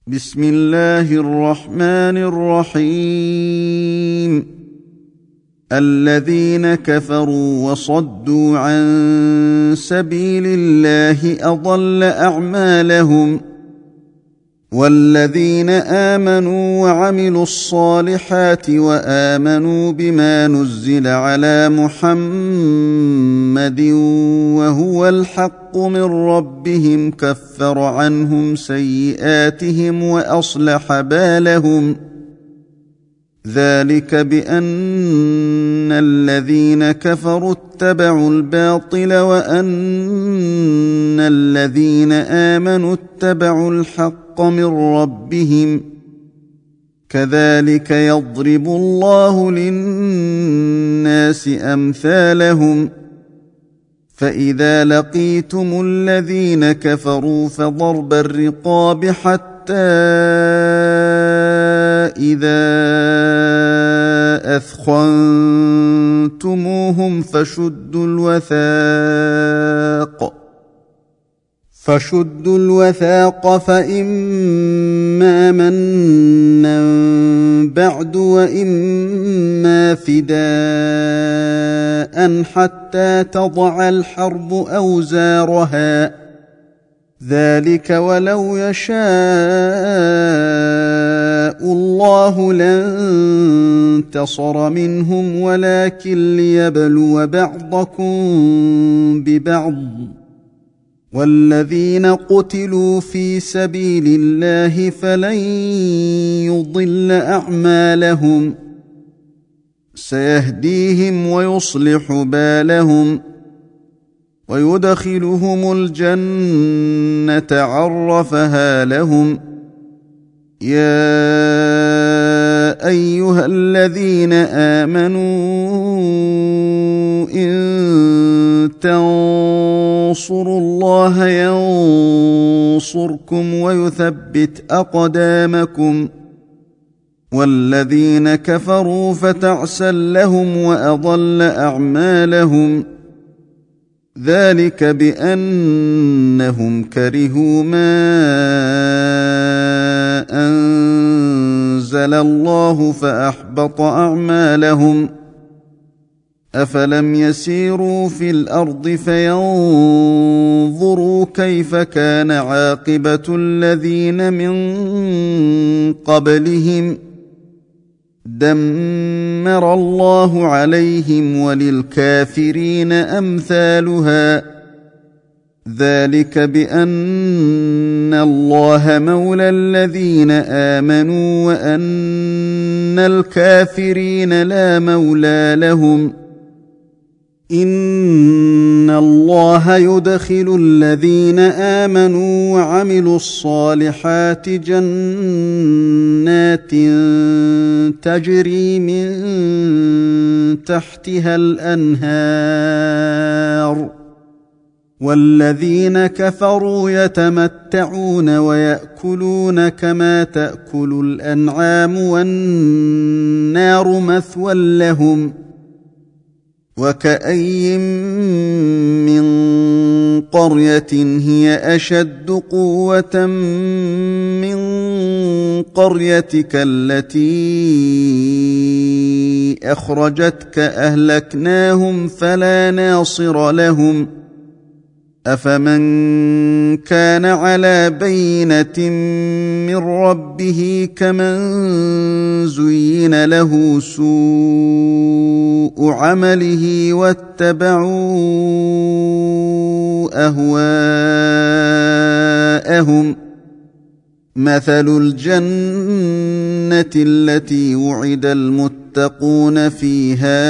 بسم الله الرحمن الرحيم. الذين كفروا وصدوا عن سبيل الله أضل أعمالهم، والذين آمنوا وعملوا الصالحات وآمنوا بما نزل على محمد وهو الحق من ربهم كفر عنهم سيئاتهم وأصلح بالهم. ذلك بأن الذين كفروا اتبعوا الباطل وأن الذين آمنوا اتبعوا الحق من ربهم، كذلك يضرب الله للناس أمثالهم. فإذا لقيتم الذين كفروا فضرب الرقاب حتى إذا أثخنتموهم فشدوا الوثاق فإما منا بعد وإما فداء حتى تضع الحرب أوزارها. ذلك ولو يشاء الله لانتصر منهم ولكن ليبلو بعضكم ببعض. والذين قتلوا في سبيل الله فلن يضل أعمالهم، سيهديهم ويصلح بالهم ويدخلهم الجنة عرفها لهم. يا أيها الذين آمنوا إن تنصروا الله ينصركم ويثبت أقدامكم. والذين كفروا فتعسا لهم وأضل أعمالهم. ذلك بأنهم كرهوا ما أنزل الله فأحبط أعمالهم. أفلم يسيروا في الأرض فينظروا كيف كان عاقبة الذين من قبلهم، دمر الله عليهم وللكافرين أمثالها. ذلك بأن الله مولى الذين آمنوا وأن الكافرين لا مولى لهم. إن الله يدخل الذين آمنوا وعملوا الصالحات جنات تجري من تحتها الأنهار، والذين كفروا يتمتعون ويأكلون كما تأكل الأنعام والنار مثوى لهم. وكأين من قرية هي أشد قوة من قريتك التي أخرجتك أهلكناهم فلا ناصر لهم. أفمن كان على بينة من ربه كمن زين له سوء عمله واتبعوا أهواءهم. مثل الجنة التي وعد المتقون فيها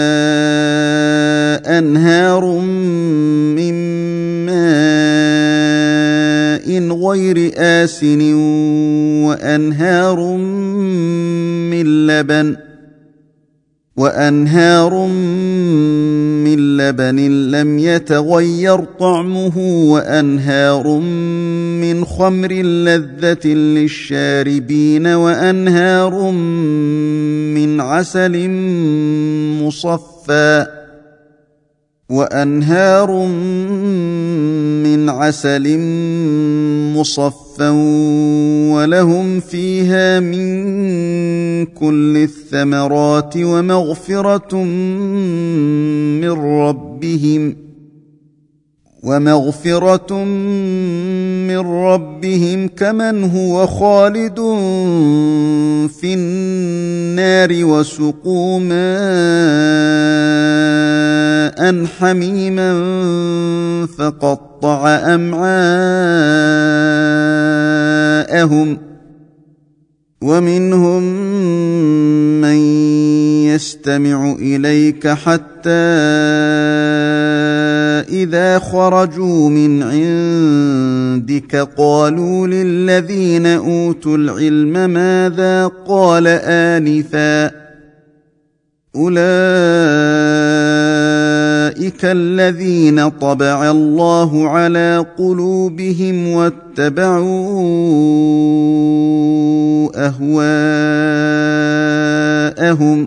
أنهار من ماء غير آسن وأنهار من لبن لم يتغير طعمه وأنهار من خمر لذة للشاربين وأنهار من عسل مصفى وأنهار من عسل مصفى ولهم فيها من كل الثمرات ومغفرة من ربهم كمن هو خالد في النار وسقوا ماء حميما فقطع أمعاءهم ومنهم من يستمع إليك حتى إذا خرجوا من عندك قالوا للذين أوتوا العلم ماذا قال آنفا أولئك الذين طبع الله على قلوبهم واتبعوا أهواءهم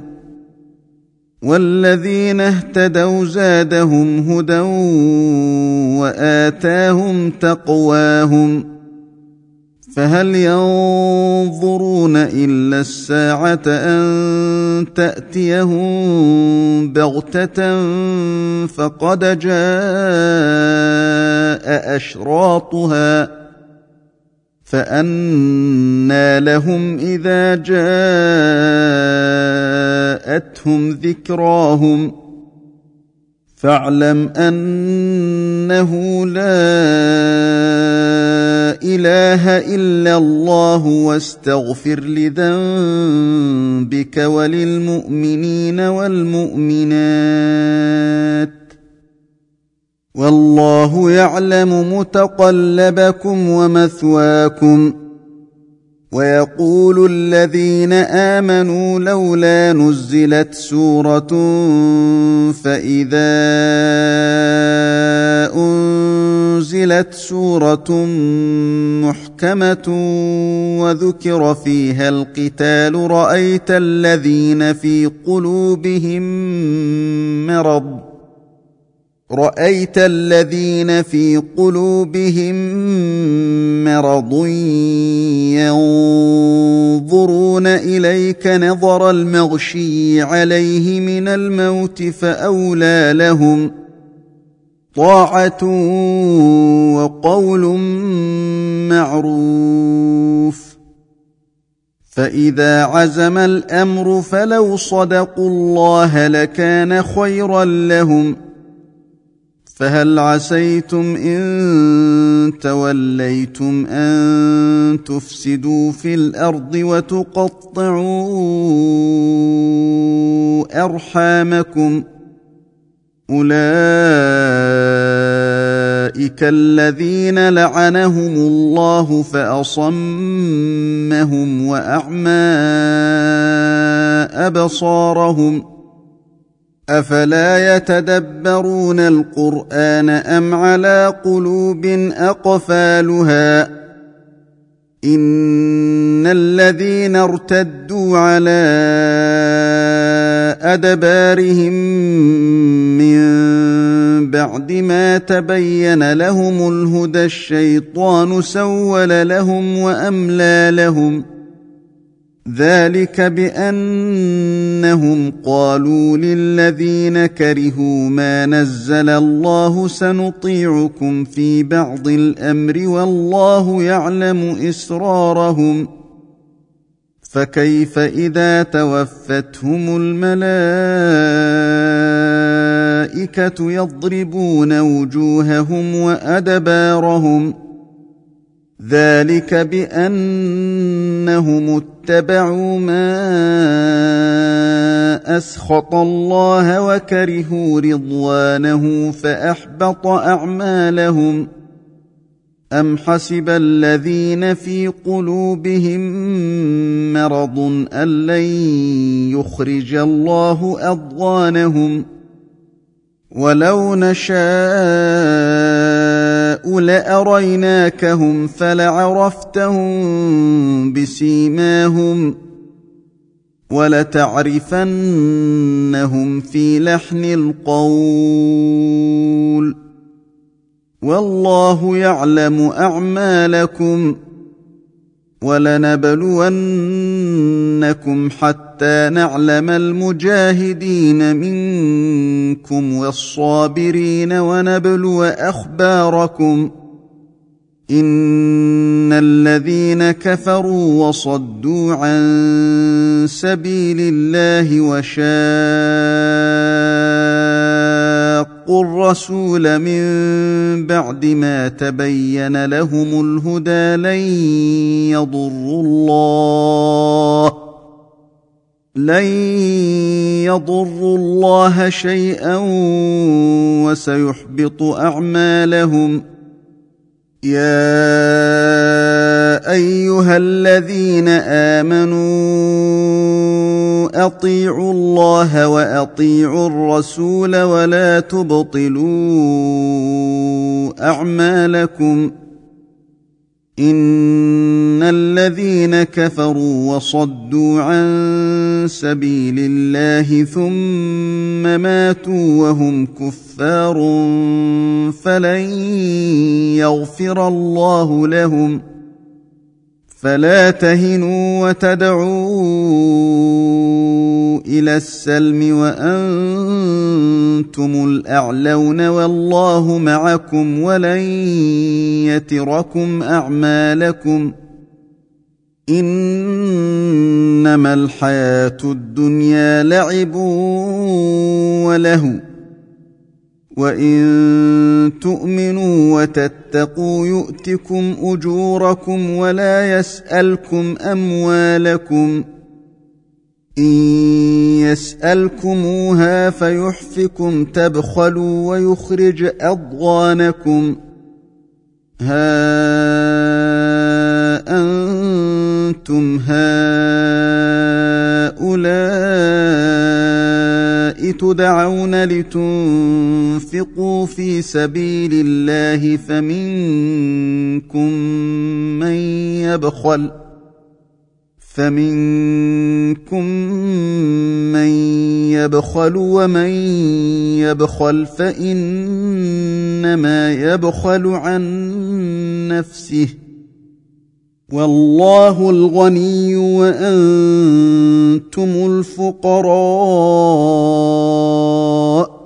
والذين اهتدوا زادهم هدى وآتاهم تقواهم فهل ينظرون إلا الساعة أن تأتيهم بغتة فقد جاء أشراطها فأنى لهم إذا جاءتهم ذكراهم فاعلم أنه لا إله إلا الله واستغفر لذنبك وللمؤمنين والمؤمنات والله يعلم متقلبكم ومثواكم ويقول الذين آمنوا لولا نزلت سورة فإذا أنزلت سورة محكمة وذكر فيها القتال رأيت الذين في قلوبهم مرض ينظرون إليك نظر المغشي عليه من الموت فأولى لهم طاعة وقول معروف فإذا عزم الأمر فلو صدقوا الله لكان خيرا لهم فهل عسيتم إن توليتم أن تفسدوا في الأرض وتقطعوا أرحامكم أولئك الذين لعنهم الله فأصمهم وأعمى أبصارهم أفلا يتدبرون القرآن أم على قلوب أقفالها إن الذين ارتدوا على أدبارهم من بعد ما تبين لهم الهدى الشيطان سول لهم وأملى لهم ذلك بأنهم قالوا للذين كرهوا ما نزل الله سنطيعكم في بعض الأمر والله يعلم إسرارهم فكيف إذا توفتهم الملائكة يضربون وجوههم وأدبارهم ذلك بأنهم اتبعوا ما أسخط الله وكرهوا رضوانه فأحبط أعمالهم أم حسب الذين في قلوبهم مرض أن لن يخرج الله أضغانهم ولو نشاء لأريناكهم فلعرفتهم بسيماهم ولتعرفنهم في لحن القول والله يعلم أعمالكم ولنبلونكم حتى نعلم المجاهدين منكم والصابرين ونبلو أخباركم إن الذين كفروا وصدوا عن سبيل الله وشاقوا الرسول من بعد ما تبين لهم الهدى لن يضروا الله شيئا وسيحبط أعمالهم. يا أيها الذين آمنوا أطيعوا الله وأطيعوا الرسول ولا تبطلوا أعمالكم إن الذين كفروا وصدوا عن سبيل الله ثم ماتوا وهم كفار فلن يغفر الله لهم. فلا تهنوا وتدعوا إلى السلم وأنتم الأعلون والله معكم ولن يتركم أعمالكم إنما الحياة الدنيا لعب ولهو وإن تؤمنوا وتتقوا يؤتكم أجوركم ولا يسألكم أموالكم إن يسألكموها فيحفكم تبخلوا ويخرج أضغانكم. ها أنتم هؤلاء تدعون لتنفقوا في سبيل الله فمنكم من يبخل ومن يبخل فإنما يبخل عن نفسه والله الغني وأنتم الفقراء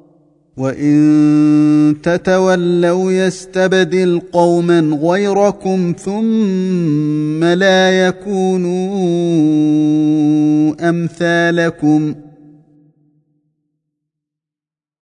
وإن تتولوا يستبدل قوما غيركم ثم لا يكونوا أمثالكم